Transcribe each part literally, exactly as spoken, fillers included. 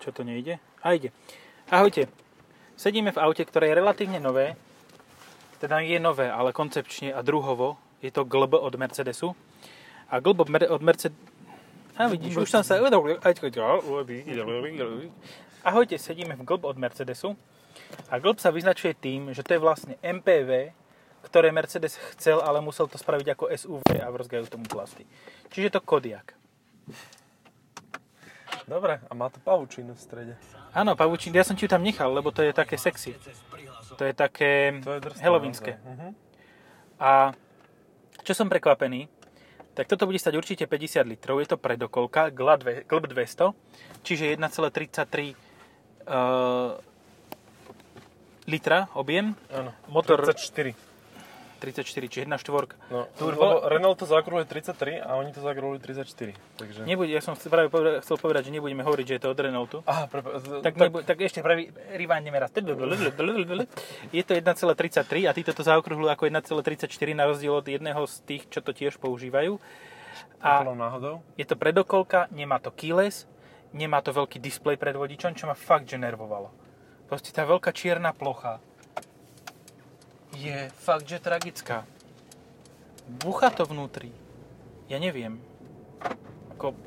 Čo to nejde? A ide. Ahojte. Sedíme v aute, ktoré je relatívne nové. Teda je nové, ale koncepčne a druhovo. Je to G L B od Mercedesu. A G L B od Mercedesu... A vidíš, už som sa... Ahojte, sedíme v G L B od Mercedesu. A G L B sa vyznačuje tým, že to je vlastne M P V, ktoré Mercedes chcel, ale musel to spraviť ako S U V a vrzgajú tomu plasty. Čiže to Kodiaq. Dobre, a má to pavučinu v strede. Áno, pavučinu, ja som ti ju tam nechal, lebo to je také sexy. To je také halloweenské. Uh-huh. A čo som prekvapený, tak toto bude stať určite päťdesiat litrov, je to predokolka, G L B dvesto, čiže jeden celá tridsaťtri uh, litra objem. Áno, motor tridsaťštyri. tridsaťštyri, čiže jedna štvorka. No, turbo. Renault to zaokrúhli tridsaťtri a oni to zaokrúhli tridsaťštyri. Takže... Nebude, ja som práve povedal, chcel povedať, že nebudeme hovoriť, že je to od Renaultu. Aha, prepa- tak, tak... Nebu- tak ešte pravý, riváneme raz. Je to jeden celá tridsaťtri a títo to zaokrúhli ako jeden celá tridsaťštyri na rozdiel od jedného z tých, čo to tiež používajú. A náhodou. Je to predokolka, nemá to keyless, nemá to veľký displej pred vodičom, čo ma fakt že nervovalo. Proste tá veľká čierna plocha je fakt, že tragická. Bucha to vnútri. Ja neviem. Ako...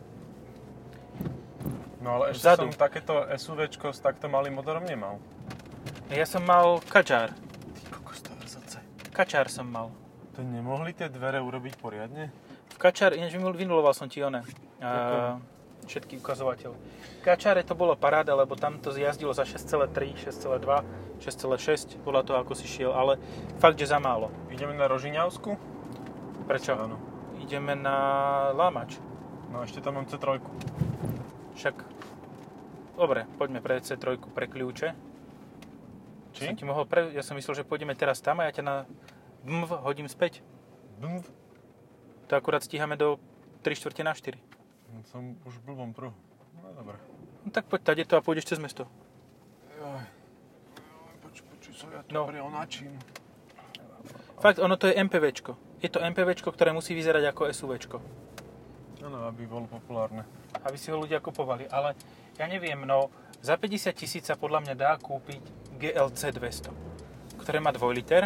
No ale ešte Vzadu. som takéto SUVčko s takto malým motorom nemal. Ja som mal Kadžar. Ty kokos, to vrzace. Kadžar som mal. To nemohli tie dvere urobiť poriadne? V Kadžar, ináč vynuloval som ti one. A, všetky ukazovateľe. V Kadžare to bolo paráda, lebo tam to zjazdilo za šesť celá tri, šesť celá dva, šesť celá šesť, podľa toho, ako si šiel, ale fakt, že za málo. Ideme na Rožiňavsku? Prečo? Áno. Ideme na Lámač. No ešte tam mám cé tri. Však, dobre, poďme pre cé tri, pre kľúče. Či? Som ti mohol pre... Ja som myslel, že pôjdeme teraz tam a ja ťa na bmv hodím späť. Bmv? To akurát stíhame do tri štvrte na štyri. No, som už v blbom pruhu. No dobre. No tak poď tady to a pôjdeš cez mesto. Joj. Počuj, počuj, som ja to No. prionačím. Fakt, ono to je MPVčko. Je to MPVčko, ktoré musí vyzerať ako SUVčko. Áno, aby bolo populárne. Aby si ho ľudia kupovali. Ale ja neviem, no za päťdesiat tisíc sa podľa mňa dá kúpiť G L C dvesto, ktoré má dva liter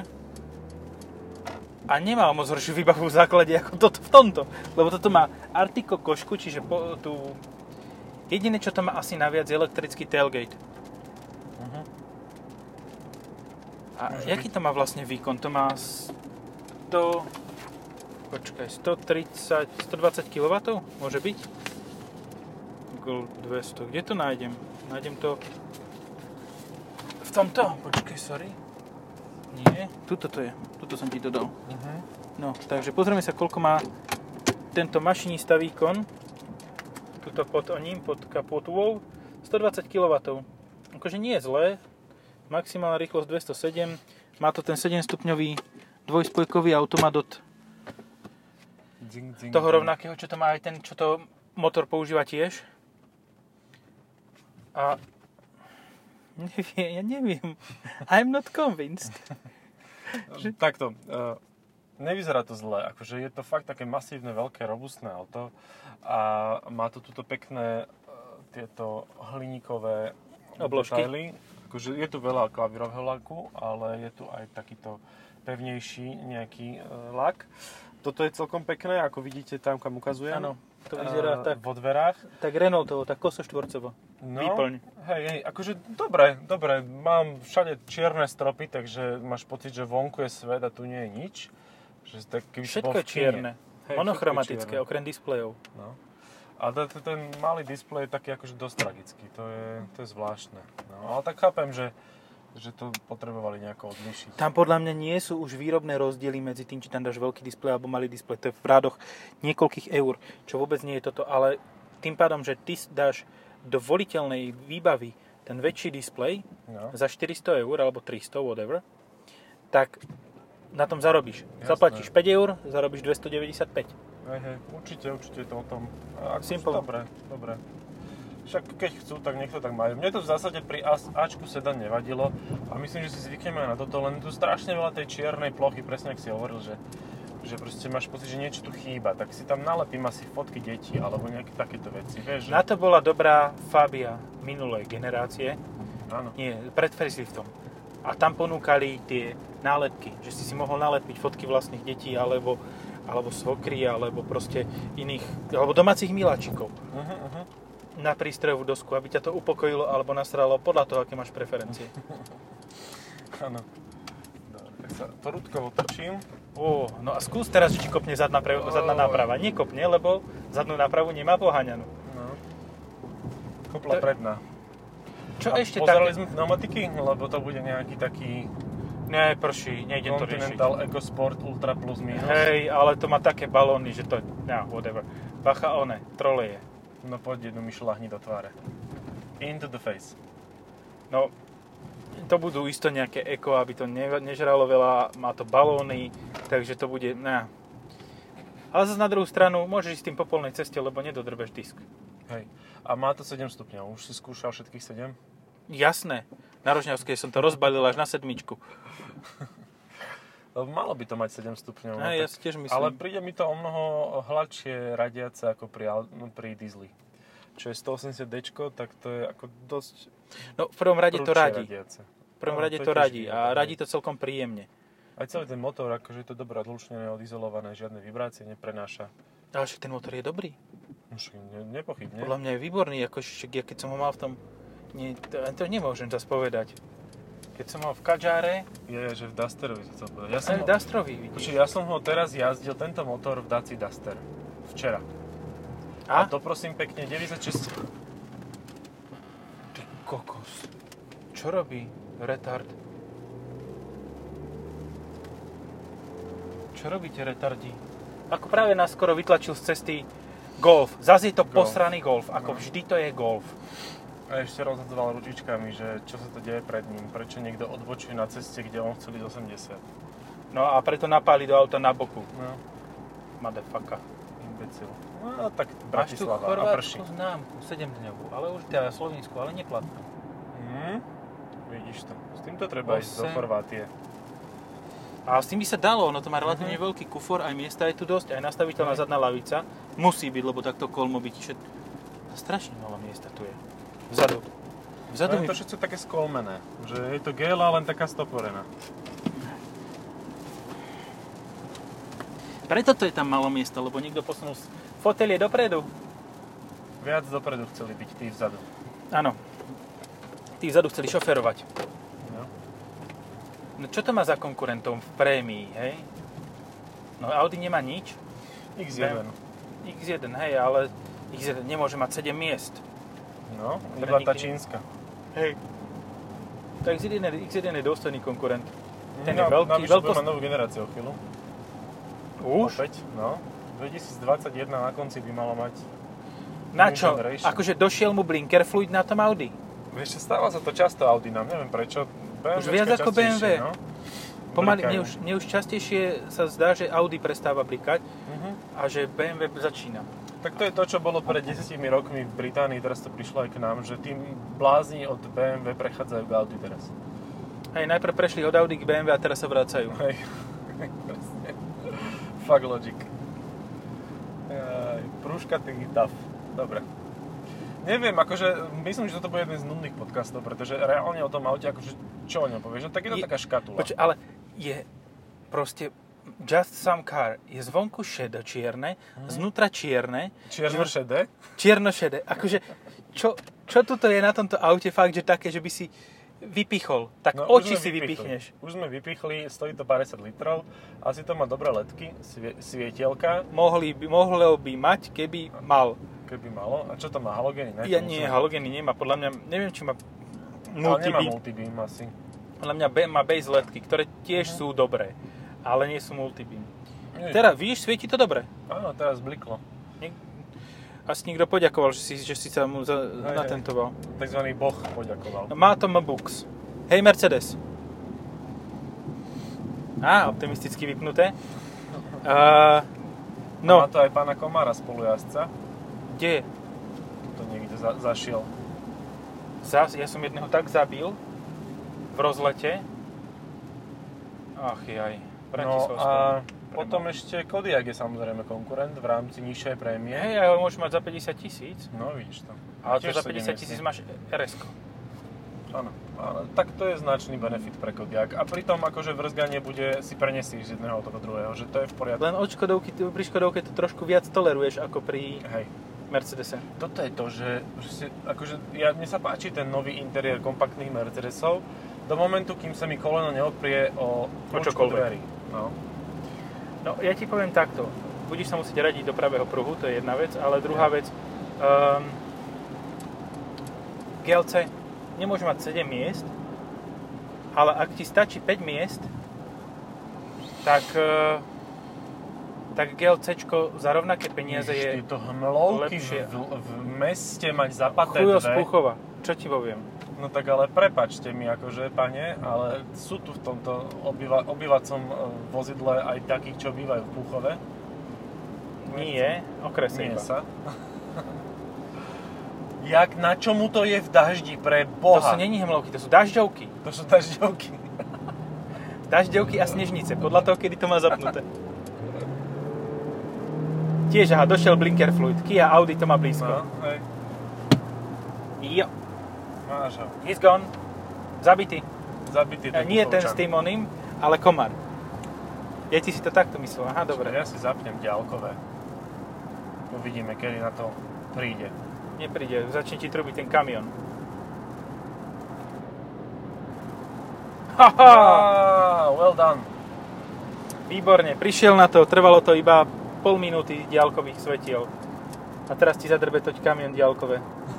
a nemá moc horšiu výbavu v základe ako toto v tomto. Lebo toto má Artico košku, čiže po, tú... Jediné, čo to má asi naviac, je elektrický tailgate. Uh-huh. A Môže jaký byť. To má vlastne výkon? To má sto... Počkaj, stotridsať, stodvadsať kilowattov? Môže byť? G L B dvesto. Kde to nájdem? Nájdem to... V tomto? Počkaj, sorry. Nie, tuto to je. Tuto som ti to dal. Uh-huh. No, takže pozrieme sa, koľko má tento mašinista výkon. Tuto pod oním, pod kapotou. stodvadsať kilowattov. Akože nie je zlé. Maximálna rýchlosť dvestosedem. Má to ten sedemstupňový dvojspojkový automat od Dzing, dzing, toho dzing. rovnakého, čo to má aj ten, čo to motor používa tiež. A neviem, ja neviem. I'm not convinced. Že... Takto, uh, nevyzerá to zle, akože je to fakt také masívne, veľké, robustné auto a má to túto pekné uh, tieto hliníkové obložky. Detaily. Akože je tu veľa klavírového laku, ale je tu aj takýto pevnejší nejaký uh, lak. Toto je celkom pekné, ako vidíte tam, kam ukazujem. Áno, to vyzerá uh, tak. Vo dverách. Tak Renaultovo, tak kosoštvorcovo. No, Výplň. Hej, hej, akože dobre, dobre, mám všade čierne stropy, takže máš pocit, že vonku je svet a tu nie je nič. Že tak, keby Všetko je čierne. Hej, monochromatické, čierne. okrem displejov. No. A ten, ten malý displej je taký akože dosť tragický, to je, to je zvláštne. No, ale tak chápem, že, že to potrebovali nejako odlišiť. Tam podľa mňa nie sú už výrobné rozdiely medzi tým, či tam dáš veľký displej alebo malý displej. To je v rádoch niekoľkých eur, čo vôbec nie je toto, ale tým pádom, že ty dáš do voliteľnej výbavy ten väčší displej no. za štyristo eur alebo tristo, whatever, tak na tom zarobíš. Jasné. Zaplatíš päť eur, zarobíš dvestodeväťdesiatpäť. Hej, hej, určite, určite je to o tom. Ako Simple. Dobre, dobre. Však keď chcú, tak nech to tak majú. Mne to v zásade pri Ačku sedan nevadilo a myslím, že si zvykneme aj na toto, len tu strašne veľa tej čiernej plochy, presne ak si hovoril, že že proste máš pocit, že niečo tu chýba, tak si tam nalepím asi fotky detí, alebo nejaké takéto veci, vieš? Že... Na to bola dobrá Fabia minulej generácie. Áno. Nie, pred faceliftom. A tam ponúkali tie nálepky, že si si mohol nalepiť fotky vlastných detí, alebo, alebo svokry, alebo proste iných, alebo domácich miláčikov. Uh-huh, uh-huh. Na prístrojovú dosku, aby ťa to upokojilo alebo nasralo podľa toho, aké máš preferencie. Áno. Dobre, tak sa porúdkovo točím. Ó, no a skús teraz, že ti kopne zadná, pre, zadná náprava. Nekopne, lebo zadnú nápravu nemá poháňanú. No. Kopla To- predná. Čo A ešte pozerali také? sme pneumatiky? Lebo to bude nejaký taký Ne, prší, nejdem to riešiť. Continental EcoSport Ultra plus minus. Hej, ale to má také balóny, že to... No, whatever. Bacha, one, troleje. No poď jednu mi šľahni do tváre. Into the face. No, to budú isto nejaké eko, aby to ne, nežralo veľa, má to balóny, takže to bude... No. Ale zase na druhú stranu, môžeš ísť s tým po polnej ceste, lebo nedodrbeš disk. Hej. A má to sedem stupňov. Už si skúšal všetkých sedem? Jasné. Na Rožňavskej som to rozbalil až na sedmičku. Lebo malo by to mať sedem stupňov. Aj, no, ja tak- si tiež myslím. Ale príde mi to o mnoho hladšie radiace ako pri, al- no, pri diesli. Čo je stoosemdesiat dé, tak to je ako dosť No, v prvom rade to prudšie radí. radiace. V prvom No, rade to to tiež radí. vidno, A hej. radí to celkom príjemne. Aj celý ten motor, akože je to dobré odlučnené, odizolované, žiadne vibrácie neprenáša. Ale však ten motor je dobrý. No však ne, nepochybne. Podľa mňa je výborný, ako však ja keď som ho mal v tom... Nie, to, to nemôžem zase povedať. Keď som mal v Kadžáre, Je, že v Dusterovi to chcel povedať. Ja som, aj ho, v Dastrový, vidíš. počuť, ja som ho teraz jazdil, tento motor v Daci Duster. Včera. A A? to prosím pekne, deväťdesiatšesť. Ty kokos. Čo robí retard? Čo robíte retardi? Ako práve nás skoro vytlačil z cesty Golf. Zas je to Golf. posraný Golf. Ako No. vždy to je Golf. A ešte rozhodoval ručičkami, že čo sa to deje pred ním. Prečo niekto odbočuje na ceste, kde on chcel ísť osemdesiat. No a preto napáli do auta na boku. No, Motherfucker. imbecil. No, tak Máš tu Bratislava a prší. chorvátsku známku, sedemdňovú, ale už teda Slovensku, ale neplatnú. Hm? Vidíš to. S týmto treba ísť do Osem. Chorvátie. A s tým by sa dalo, ono to má relatívne Mhm. veľký kufor, aj miesta je tu dosť, aj nastaviteľná zadná lavica. Musí byť, lebo takto kolmo by ti šet... Strašne veľa miesta tu je. Vzadu. Vzadu No, mi... je to všetko také skolmené. Že je to géla, len taká stoporená. Preto to je tam malo miesta, lebo niekto posunul s- fotelie dopredu. Viac dopredu chceli byť tí vzadu. Áno. Tí vzadu chceli šoferovať. No. No čo to má za konkurentom v prémii, hej? No Audi nemá nič. iks jeden. iks jeden, hej, ale iks jeden nemôže mať sedem miest. No, Pre iba tá nikdy- čínska. Hej. Tak iks jeden, iks jeden je dôstojný konkurent. Ten no, je veľký, navyše veľkosť... bude mať novú generáciu o chvíľu. Už? Opäť, no. dvetisícdvadsaťjeden na konci by malo mať. Na New čo? generation. Akože došiel mu blinker fluid na tom Audi. Vieš, stáva sa to často Audi nám, neviem prečo. Už viac ako bé em vé. No. Pomaly, Blikajú. mne už, mne už častejšie sa zdá, že Audi prestáva blikať Mhm. a že bé em vé začína. Tak to je to, čo bolo pred desiatimi rokmi v Británii, teraz to prišlo aj k nám, že tým blázni od bé em vé prechádzajú k Audi teraz. Hej, najprv prešli od Audi k bé em vé a teraz sa vracajú. Hej, presne. Fuck logic. Aj, prúškatý dav. Dobre. Neviem, akože, myslím, že toto bude jeden z nudných podcastov, pretože reálne o tom aute, akože, čo o ňom povieš? No, tak je to Je- taká škatula. Počkaj, ale je proste Just Some Car. Je zvonku šedo-čierne, znútra čierne, Čierno-šedé? čierno-šedé. Akože, čo, čo tuto je na tomto aute fakt, že také, že by si vypichol? Tak No, oči už sme si vypichli. vypichneš. Už sme vypichli, stojí to päťdesiat litrov, asi to má dobré ledky, svie, svietielka, Mohli by, mohlo by mať, keby mal. keby malo. A čo to má, halogény? Ne? Ja To nie, musíme- halogény nemá. Podľa mňa, neviem, či má Ale nemá multibeam. multibeam asi. Podľa mňa B- má base ledky, ktoré tiež sú dobré, ale nie sú multibeam. Nie. Teraz, vidíš, svieti to dobre. Áno, teraz bliklo. Nik- Asi niekto poďakoval, že si, že si sa mu za, Hej, natentoval. Takzvaný boh poďakoval. No, má to M-Bux. Hej, Mercedes. Á, optimisticky vypnuté. Uh, No. Má no, to aj pána Komára, spolujazca. kde je? To niekde za, zašiel. Zas, ja som jedného tak zabil v rozlete. Ach jaj, No Bratislavskom. a Potom ešte Kodiaq je samozrejme konkurent v rámci nižšej prémie. Hej, ja ho môžem mať za päťdesiat tisíc. No vidíš to. Ale to za päťdesiat tisíc máš er esko. Áno, áno, tak to je značný benefit pre Kodiaq. A pritom akože vrzganie bude, si preniesíš z jedného do druhého, že to je v poriadku. Len od Škodovky, pri Škodovke to trošku viac toleruješ ako pri Hej. Mercedese. Toto je to, že, že si, akože ja, mne sa páči ten nový interiér kompaktných Mercedesov do momentu, kým sa mi koleno neoprie o čokoľvek. dverí. No. No, ja ti poviem takto. Budeš sa musieť radiť do pravého pruhu, to je jedna vec, ale druhá vec, um, gé el cé nemôže mať sedem miest, ale ak ti stačí päť miest, tak, uh, tak GLCčko za rovnaké peniaze je Ježiš, tieto hmlovky lepšie. v, v meste mať zapaté Chujo z dve. Púchova, čo ti poviem? No tak ale prepačte mi akože, pane, ale sú tu v tomto obyva, obyvacom vozidle aj takých, čo bývajú v Púchove. Nie, okrese Nie iba. sa. Jak, na čomu to je v daždi, pre To Boha? sú není hmlovky, to sú dažďovky. To sú dažďovky. Dažďovky a snežnice, podľa toho, kedy to má zapnuté. Tiež, aha, došiel blinker fluid. Kia, Audi to má blízko. No, hej, Jo, máš ho. he's gone. Zabitý. Zabitý E, ten nie ten s Púchovčan. tým oným, ale komar. Ja ti si to takto myslel, aha, dobre. Ja si zapnem ďalkové. Uvidíme, kedy na to príde. Nepríde, začne ti trubiť ten kamión. Haha! Ah, well done. Výborne, prišiel na to, trvalo to iba pol minúty diaľkových svetiel. A teraz ti zadrbe toť kamión diaľkové.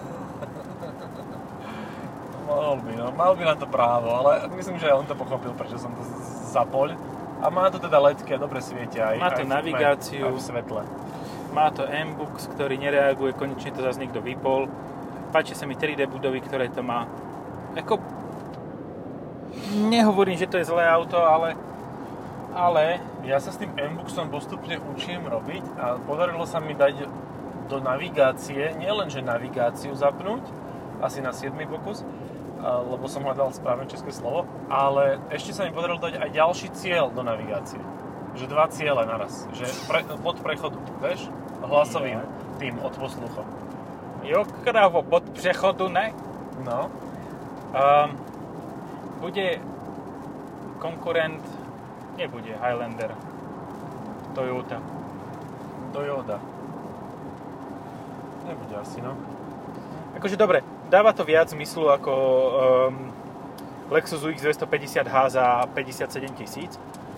Mal by, no. Mal by na to právo, ale myslím, že on to pochopil, prečo som to z- zapol. A má to teda ledky a dobre svietia aj, Má to aj v tme, navigáciu. aj v svetle. Má to M-Bux, ktorý nereaguje, konečne to zase niekto vypol. Páči sa mi tri dé budovy, ktoré to má. Ako... Nehovorím, že to je zlé auto, ale... Ale... Ja sa s tým M-Buxom postupne učím robiť a podarilo sa mi dať do navigácie, nielen že navigáciu zapnúť, asi na siedmy pokus, a- lebo som hľadal správne české slovo, ale ešte sa mi podarilo dať aj ďalší cieľ do navigácie. Že dva ciele naraz. Že pre, pod prechodu, vieš? Hlasovým tým od posluchom. Jo, kravo, pod přechodu, ne? No. Um, bude konkurent, nebude Highlander, Toyota. Toyota. Nebude asi, no. Akože dobre, dáva to viac zmyslu ako um, Lexus U X dvestopäťdesiat há za päťdesiatsedem tisíc.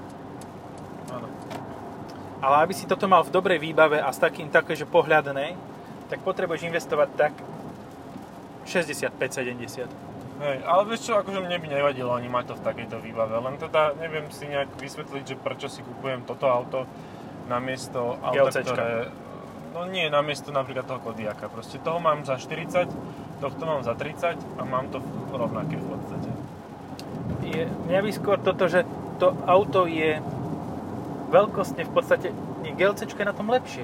Áno. Ale aby si toto mal v dobrej výbave a s takým také, že pohľadnej, tak potrebuješ investovať tak šesťdesiatpäť sedemdesiat. Hej, ale vieš čo, akože mne by nevadilo ani mať to v takejto výbave, len teda neviem si nejak vysvetliť, že prečo si kupujem toto auto namiesto auta, GLCčka. ktoré... No nie, namiesto napríklad toho Kodiaqa. Proste toho mám za štyridsať, tohto mám za tridsať a mám to rovnaké v podstate. Je, mňa by skôr toto, že to auto je veľkostne v podstate, nie, GLCčko je na tom lepšie.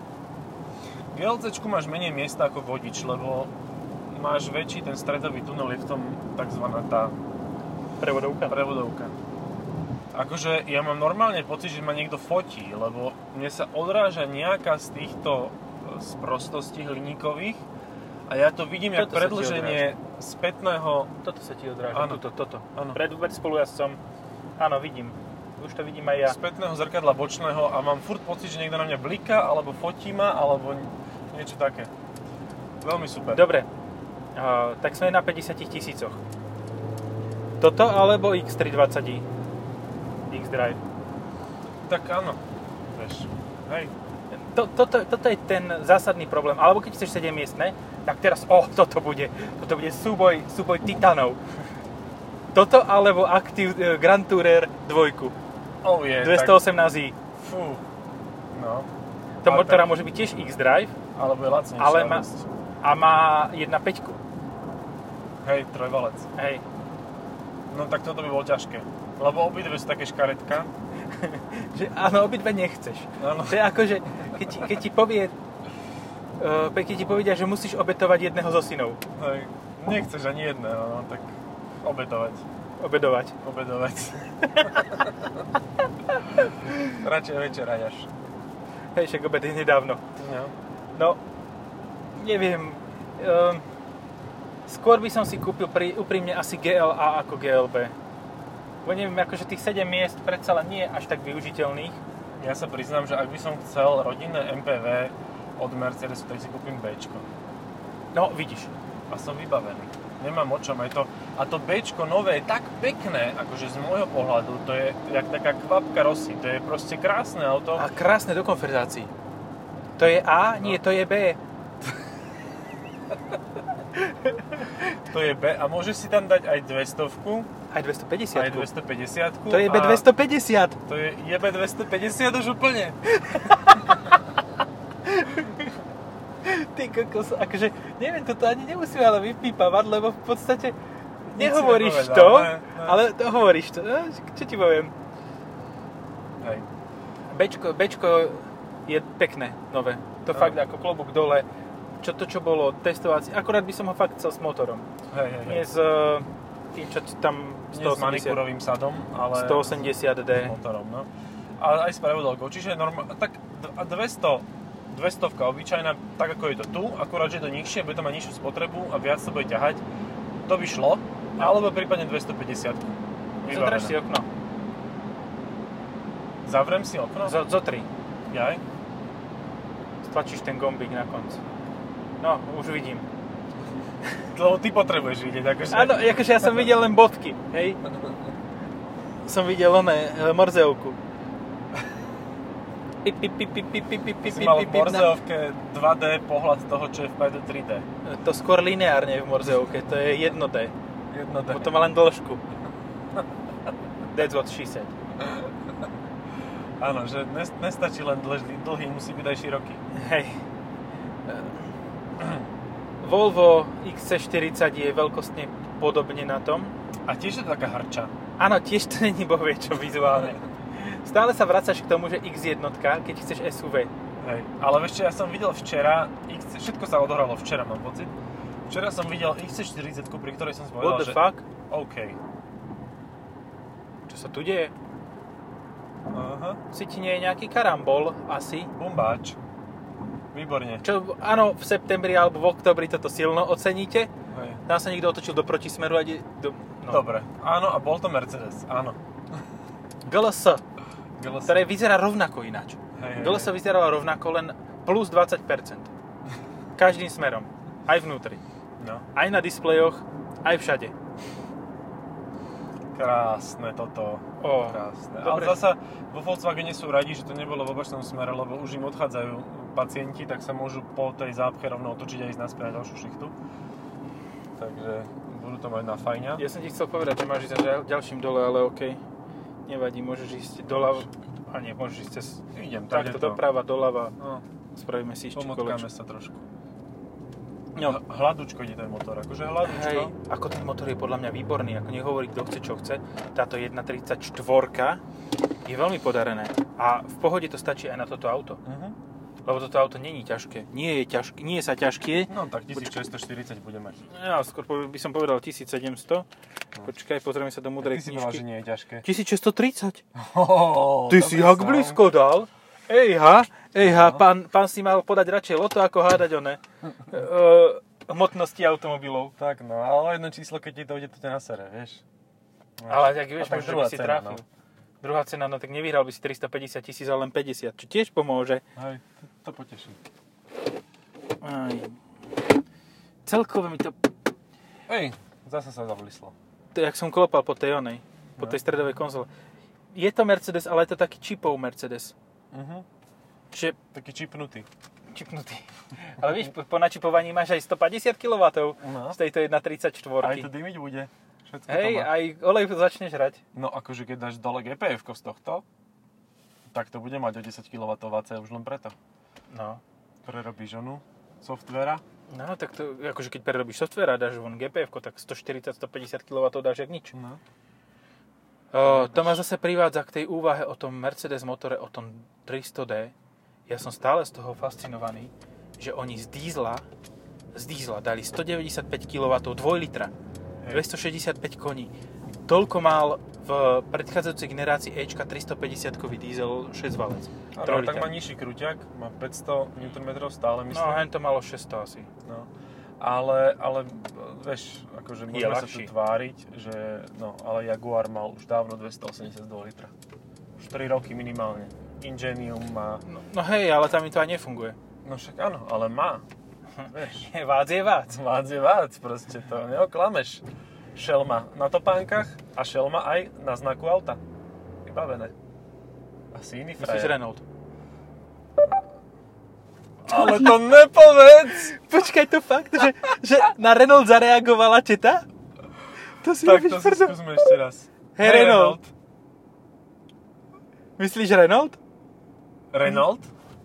GLCčku máš menej miesta ako vodič, lebo máš väčší ten stredový tunel, je v tom takzvaná tá Prevodovka. prevodovka. Akože ja mám normálne pocit, že ma niekto fotí, lebo mne sa odráža nejaká z týchto sprostostí hliníkových a ja to vidím jak Toto sa ti predĺženie spätného... Toto sa ti odráža, Áno. toto, toto. Áno. Pred pred spolujazdcom, áno, vidím. Už to vidím aj ja. spätného zrkadla bočného a mám furt pocit, že niekto na mňa bliká, alebo fotí ma, alebo niečo také. Veľmi super. Dobre, uh, tak sme na päťdesiat tisícoch. Toto alebo iks tristodvadsať i? X-Drive. Tak áno, vieš, hej. To, toto, toto je ten zásadný problém. Alebo keď chceš sedemmiestne, tak teraz, oh, toto bude, toto bude súboj, súboj titanov. Toto alebo Active uh, Grand Tourer dvojku. Oh je, dvestoosemnásť i. tak, fú, no. To Ale motora tak- môže byť tiež X-Drive, Alebo je lacnejšia. ale má, dosť. a má jedna päť. Hej, trojvalec. Hej. No tak toto by bolo ťažké. Lebo obidve sú také škaretka. Že áno, obidve nechceš. Áno. To je ako, že keď ti, keď ti povie, uh, keď ti povedia, že musíš obetovať jedného zo synov. Hej, nechceš ani jedné, no, tak obetovať. Obedovať. Obedovať. Radšej večerať až. Hej, však obed je nedávno. No. No, neviem. Um, skôr by som si kúpil pri, úprimne asi G L A ako G L B. Bo neviem, akože tých sedem miest predsa len nie je až tak využiteľných. Ja sa priznám, že ak by som chcel rodinné em pé vé od Mercedesu, tak si kúpim Bčko. No, vidíš. A som vybavený. Nemám o čom, aj to. A to Bčko nové je tak pekné, akože z môjho pohľadu, to je jak taká kvapka rosy. To je proste krásne auto. A krásne do konverzácií. To je A? Nie, to je B. To je B. A môžeš si tam dať aj dvestovku. Aj dvestopäťdesiat. Aj dvestopäťdesiatku. To je B dvestopäťdesiat. To je, je B dvestopäťdesiat už úplne. Ty kokos, akože, neviem, toto ani nemusím ale vypípavať, lebo v podstate nehovoríš to, ne, ne. ale to hovoríš to. No, čo ti poviem? Hej. Bčko, Bčko je pekné, nové. To no. Fakt ako klobúk dole. Čo to, čo bolo testovací. Akurát by som ho fakt chcel s motorom. Hej, hej, hej. Nie s tým, čo tam Nie s manikúrovým sadom, ale stoosemdesiat D. s motorom, no. Ale aj s prevodovkou. Čiže normálne, tak dvesto, dvestovka obyčajná, tak ako je to tu, akurát, že je to nižšie, bude to mať nižšiu spotrebu a viac to bude ťahať. To by šlo, alebo prípadne dvestopäťdesiat. Zadraž si okno. Zavrem si okno? Zo, zo tri. Jaj? Stlačíš ten gombík na konci. No, už vidím. Lebo ty potrebuješ vidieť, akože... Áno, akože ja som videl len bodky, hej? Som videl oné, Morzeovku. Pip, pip, pip, pip, pip, pip, pip, Si mal v pip, pip, Morzeovke dva dé pohľad toho, čo je v pé dé tri dé. To skôr lineárne v Morzeovke, to je jedno dé. Jedno dé. Bo to má len dĺžku. That's what she said. Áno, že nestačí len dlhý, dlhý, musí byť aj široký. Hej. Volvo iks cé štyridsať je veľkostne podobne na tom. A tiež je to taká harča. Áno, tiež to není bohvie čo vizuálne. Stále sa vracaš k tomu, že iks jedna, keď chceš es ú vé. Hej, ale vieš čo, ja som videl včera, iks cé, všetko sa odohralo včera, mám pocit. Včera som videl iks cé štyridsať, pri ktorej som si povedal, What the že... fuck? OK. Čo sa tu deje? Aha. Si ti nie je nejaký karambol, asi. Bumbáč. Výborne. Čo, áno, v septembri alebo v oktobri toto silno oceníte. Hej. Tam sa niekto otočil do protismeru a ide... Do, no. Dobre. Áno, a bol to Mercedes, áno. gé el es, gé el es. ktoré vyzerá rovnako ináč. Hej, hej, gé el es vyzeralo rovnako, len plus dvadsať percent. Každým smerom. Aj vnútri. No. Aj na displejoch, aj všade. Krásne toto. Ó, Krásne. dobre. Ale zasa vo Volkswagene sú radi, že to nebolo v opačnom smere, lebo už im odchádzajú pacienti, tak sa môžu po tej zápche rovno otočiť a ísť naspäť na ďalšiu šichtu. Takže budú to mať na fajňa. Ja som ti chcel povedať, že máš ísť za ďalším dole, ale okej. Nevadí, môžeš ísť doľava. A nie, môžeš ísť cez... Idem, Takto to. doprava, doľava. No, Spravíme si ešte pomotkáme kolečko. sa trošku. No. H- Hladučko ide ten motor, akože hladučko. Hej, ako ten motor je podľa mňa výborný, ako nech hovorí, kto chce, čo chce. Táto jedna tridsaťštyri je veľmi podarené. A v pohode to stačí aj na toto auto. Uh-huh. Lebo toto auto není ťažké. Nie je ťažké, nie je sa ťažké. No tak tisícšesťstoštyridsať bude mať. Ja skôr by som povedal tisícsedemsto. Počkaj, pozrieme sa do mudrej Ty si povedal, že knižky. nie je ťažké. tisícšesťstotridsať. Oh, Ty si jak blízko dal. Ejha, ejha, pán, pán si mal podať radšej loto, ako hádať one uh, hmotnosti automobilov. Tak no, ale o jedno číslo, keď ti to ide, to ťa nasere, vieš. No. Ale tak vieš, tak možno druhá by si cena, trafil. no. Druhá cena, no tak nevyhral by si tristopäťdesiat tisíc, ale len päťdesiat, čo tiež pomôže. Hej, to, to poteší. Aj. Celkovo mi to, Ej, zase sa zavlislo. to, jak som klopal po tej onej, po No. tej stredovej konzole. Je to Mercedes, ale je to taký čipov Mercedes. Uh-huh. Čiže Taký čipnutý. čipnutý. Ale vieš, po, po načipovaní máš aj stopäťdesiat kilowattov No. z tejto jedna tridsaťštyri. Aj to dymiť bude. Všetko Hej, to má. aj olej začneš hrať. No akože keď dáš dole gé pé efko z tohto, tak to bude mať o desať kilowattov á cé už len preto. No. Prerobíš onu softvera. No, tak to, akože keď prerobíš software a dáš von gé pé efko, tak stoštyridsať až stopäťdesiat kilowattov dáš jak nič. No. O, to ma zase privádza k tej úvahe o tom Mercedes motore, o tom tristo dé. Ja som stále z toho fascinovaný, že oni z dízla, z dízla dali stodeväťdesiatpäť kilowattov, dva litra, Hej. dvestošesťdesiatpäť koní. Toľko mal v predchádzajúcej generácii Ečka tristopäťdesiatkový diesel šesť valec. Áno, tak má nižší kruťak, má päťsto newtonmetrov stále, myslím. No, hen to malo šesťsto asi. No. Ale, ale, vieš, akože môžeme sa tu tváriť, že, no, ale Jaguar mal už dávno dvestoosemdesiatdva litra. Už tri roky minimálne. Ingenium má... No, no hej, ale tam mi to aj nefunguje. No však áno, ale má. Vieš. Vác je vác. Vác je vác, proste to neoklameš. Šelma na topánkach a šelma aj na znaku auta. Vybavené. Asi iný frajer. Myslíš Renault? Ale to nepovedz! Počkaj, to fakt, že, že na Renault zareagovala četa? To si tak robíš to si skúsme ešte raz. Hej, hey, Renault. Renault. Myslíš Renault? Renault?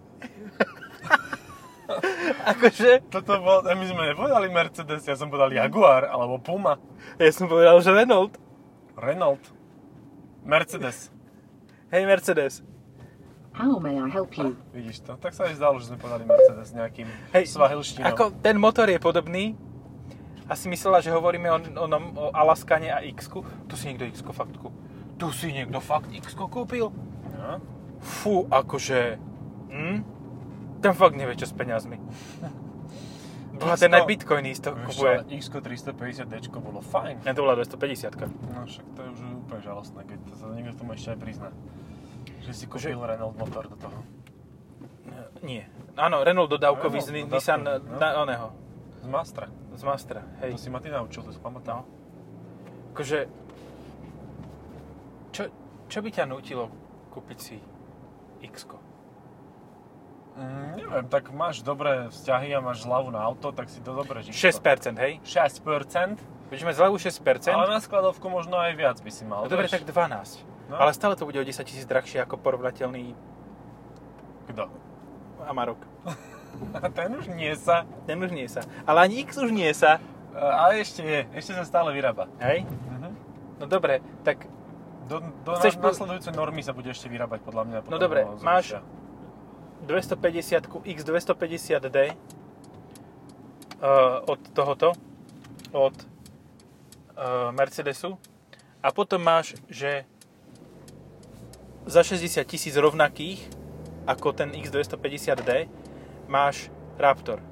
Akože... Toto bol, my sme nepovedali Mercedes, ja som povedal Jaguar, alebo Puma. Ja som povedal, že Renault. Renault. Mercedes. Hej, Mercedes. How may I help you? Ah, vidíš to? Tak sa aj zdalo, že sme povedali Mercedes nejakým hey, svahilštinou. Ako ten motor je podobný. Asi myslela, že hovoríme o, o, o Alaskane a X-ku. Tu si niekto X-ko fakt kúpil. Tu si niekto fakt X-ko kúpil? No. Fú, akože... Hm? Ten fakt nevie, čo s peniazmi. Boha, ten aj bitcoiny z toho kupuje. X-ko tristopäťdesiat Dčko bolo fajn. Ja, to bola dvestopäťdesiat. No však to je už úplne žalostné, keď to sa niekto tomu ešte aj prizná. Že si kúpil že... Renault motor do toho. Nie. Áno, Renault dodávkový z Renault, Nissan no. na oného. Z Mastra. Z Mastra, hej. To si ma ty naučil, to si pamätám. No. Akože... Čo, čo by ťa nutilo kúpiť si X-ko? Mm, neviem, tak máš dobré vzťahy a máš zľavu na auto, tak si to dobre žíš. šesť percent, hej? šesť percent? Budeš mať zľavu šesť percent? Ale na skladovku možno aj viac by si mal. No dobre, tak dvanásť. No? Ale stále to bude o desaťtisíc drahšie ako porovnateľný... Kto? Amarok. A ten už nie sa. Ten už nie sa. Ale ani X už nie sa. Ale ešte je. Ešte sa stále vyrába. Hej? Uh-huh. No dobre, tak... Do, do Chceš na, nasledujúcej normy sa bude ešte vyrábať, podľa mňa. No dobre, máš dvestopäťdesiat X dvestopäťdesiat D uh, od tohoto, od uh, Mercedesu. A potom máš, že za šesťdesiat tisíc rovnakých, ako ten X dvestopäťdesiat D, máš Raptor.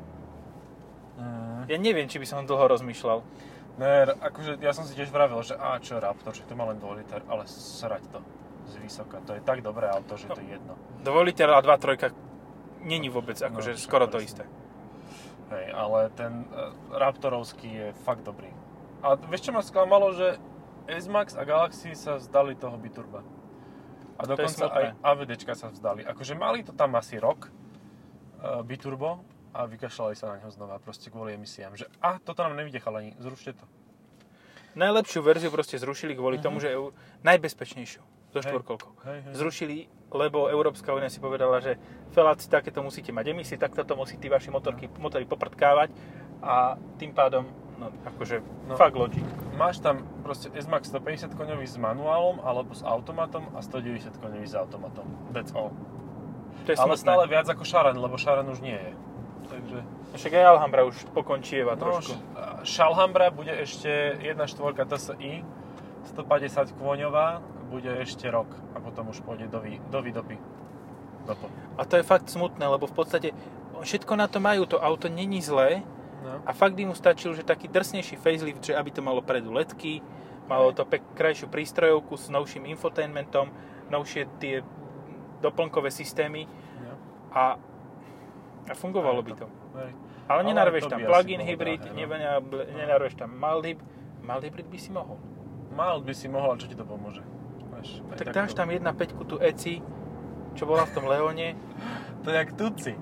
Mm. Ja neviem, či by som dlho rozmýšľal. Ne, akože ja som si tiež vravil, že á, čo Raptor, že to má len dva liter, ale srať to z vysoka. To je tak dobré auto, že no, to je jedno. dva liter a dva trojka není vôbec, akože no, skoro to isté. Hej, ale ten uh, Raptorovský je fakt dobrý. A vieš, čo ma sklamalo, že S-Max a Galaxy sa vzdali toho biturba. A dokonca aj AVDčka sa vzdali. Akože mali to tam asi rok, uh, biturbo, a vykašľali sa na ňo znova, proste kvôli emisiám. Že, a toto nám nevidie chalani, zrušte to. Najlepšiu verziu proste zrušili kvôli uh-huh. tomu, že EU, najbezpečnejšiu, so štvorkolkou. Zrušili, lebo Európska únia si povedala, že feláci, takéto musíte mať emisie, takto to musí tí vaši motorky, motory poprdkávať a tým pádom, no akože, no, fakt logic. Máš tam proste S-Max stopäťdesiat koňový s manuálom, alebo s automatom a stodeväťdesiat koňový s automatom. That's all. To je ale smutné. stále viac ako Charan, lebo Charan už nie je. Takže... Však aj Alhambra už pokončieva no, trošku. Šalhambra bude ešte jedna štvorka T S I, stopäťdesiat kôňová, bude ešte rok a potom už pôjde do, vý, do výdopy. Dopo. A to je fakt smutné, lebo v podstate všetko na to majú, to auto není zlé no. A fakt by mu stačil, že taký drsnejší facelift, že aby to malo predu ledky, malo to pek, krajšiu prístrojovku s novším infotainmentom, novšie tie doplnkové systémy no. a A fungovalo by to. Hej. Ale nenarveš tam plug-in hybrid, no. nenarveš tam mild hybrid. Mild hybrid by si mohol. Mild by si mohol, čo ti to pomôže? Máš, tak dáš tam jedna päť tú E C I, čo bola v tom Leone. To je jak Tuci.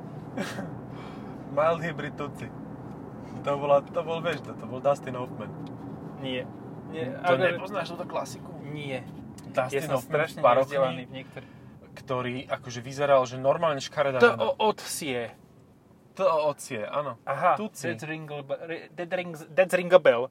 Mild hybrid Tuci. To, bola, to bol, vieš, to, to bol Dustin Hoffman. Nie. Nie. To ale... nepoznáš túto klasiku? Nie. Dustin ja Hoffman v parochni, v niektorých... ktorý akože vyzeral, že normálne škaredá to žena. To od sie. To ocie, áno. Aha, Tuci. That's ring, that rings, that's ring a bell.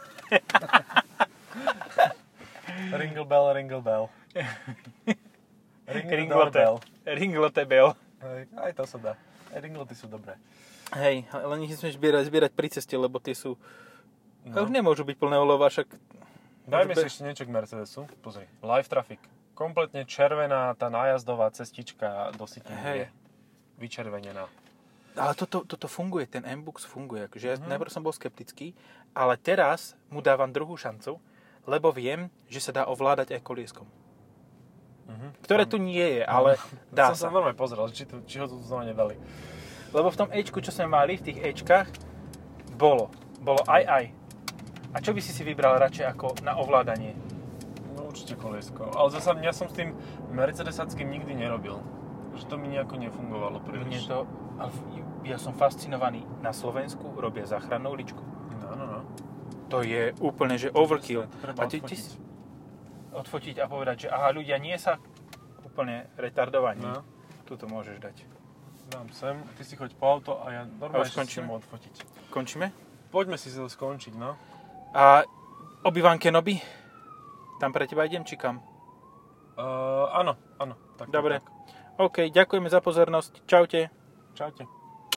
Ringle bell, ringle bell. Ringle Ringlote, bell. Ringlote bell. Hej, aj to sa dá. Aj ringloty sú dobré. Hej, len ich nesmieš zbierať, zbierať pri ceste, lebo tie sú... No. Už nemôžu byť plné olova, však Dajme si ešte niečo k Mercedesu. Pozri. Live traffic. Kompletne červená tá nájazdová cestička do Sitiny Hej. je vyčervenená. Ale toto, toto funguje, ten M-Bux funguje. Akože ja mm. najprv som bol skeptický, ale teraz mu dávam druhú šancu, lebo viem, že sa dá ovládať aj kolieskom. Mm-hmm. Ktoré tu nie je, ale dá som sa. Som sa normálne pozrel, či, tu, či ho tu znova nedali. Lebo v tom Ečku, čo sme mali, v tých Ečkách, bolo. Bolo aj aj. A čo by si si vybral radšej ako na ovládanie? No určite koliesko. Ale zasa ja som s tým Mercedesackým nikdy nerobil. Že to mi nejako nefungovalo príliš. Mne to, ale ja som fascinovaný. Na Slovensku robia záchrannú uličku. No, no, no. To je úplne, že overkill. Treba A ty, odfotiť. ty si odfotiť a povedať, že aha, ľudia nie sa úplne retardovaní. No. Tu to môžeš dať. Dám sem, ty si choď po auto a ja normálne si skončíme? chcem odfotiť. Končíme? Poďme si to skončiť, no. A Obi-Wan Kenobi? Tam pre teba idem, či kam? Uh, áno, áno. Tak, Dobre. Tak. OK, ďakujeme za pozornosť. Čaute. Čaute.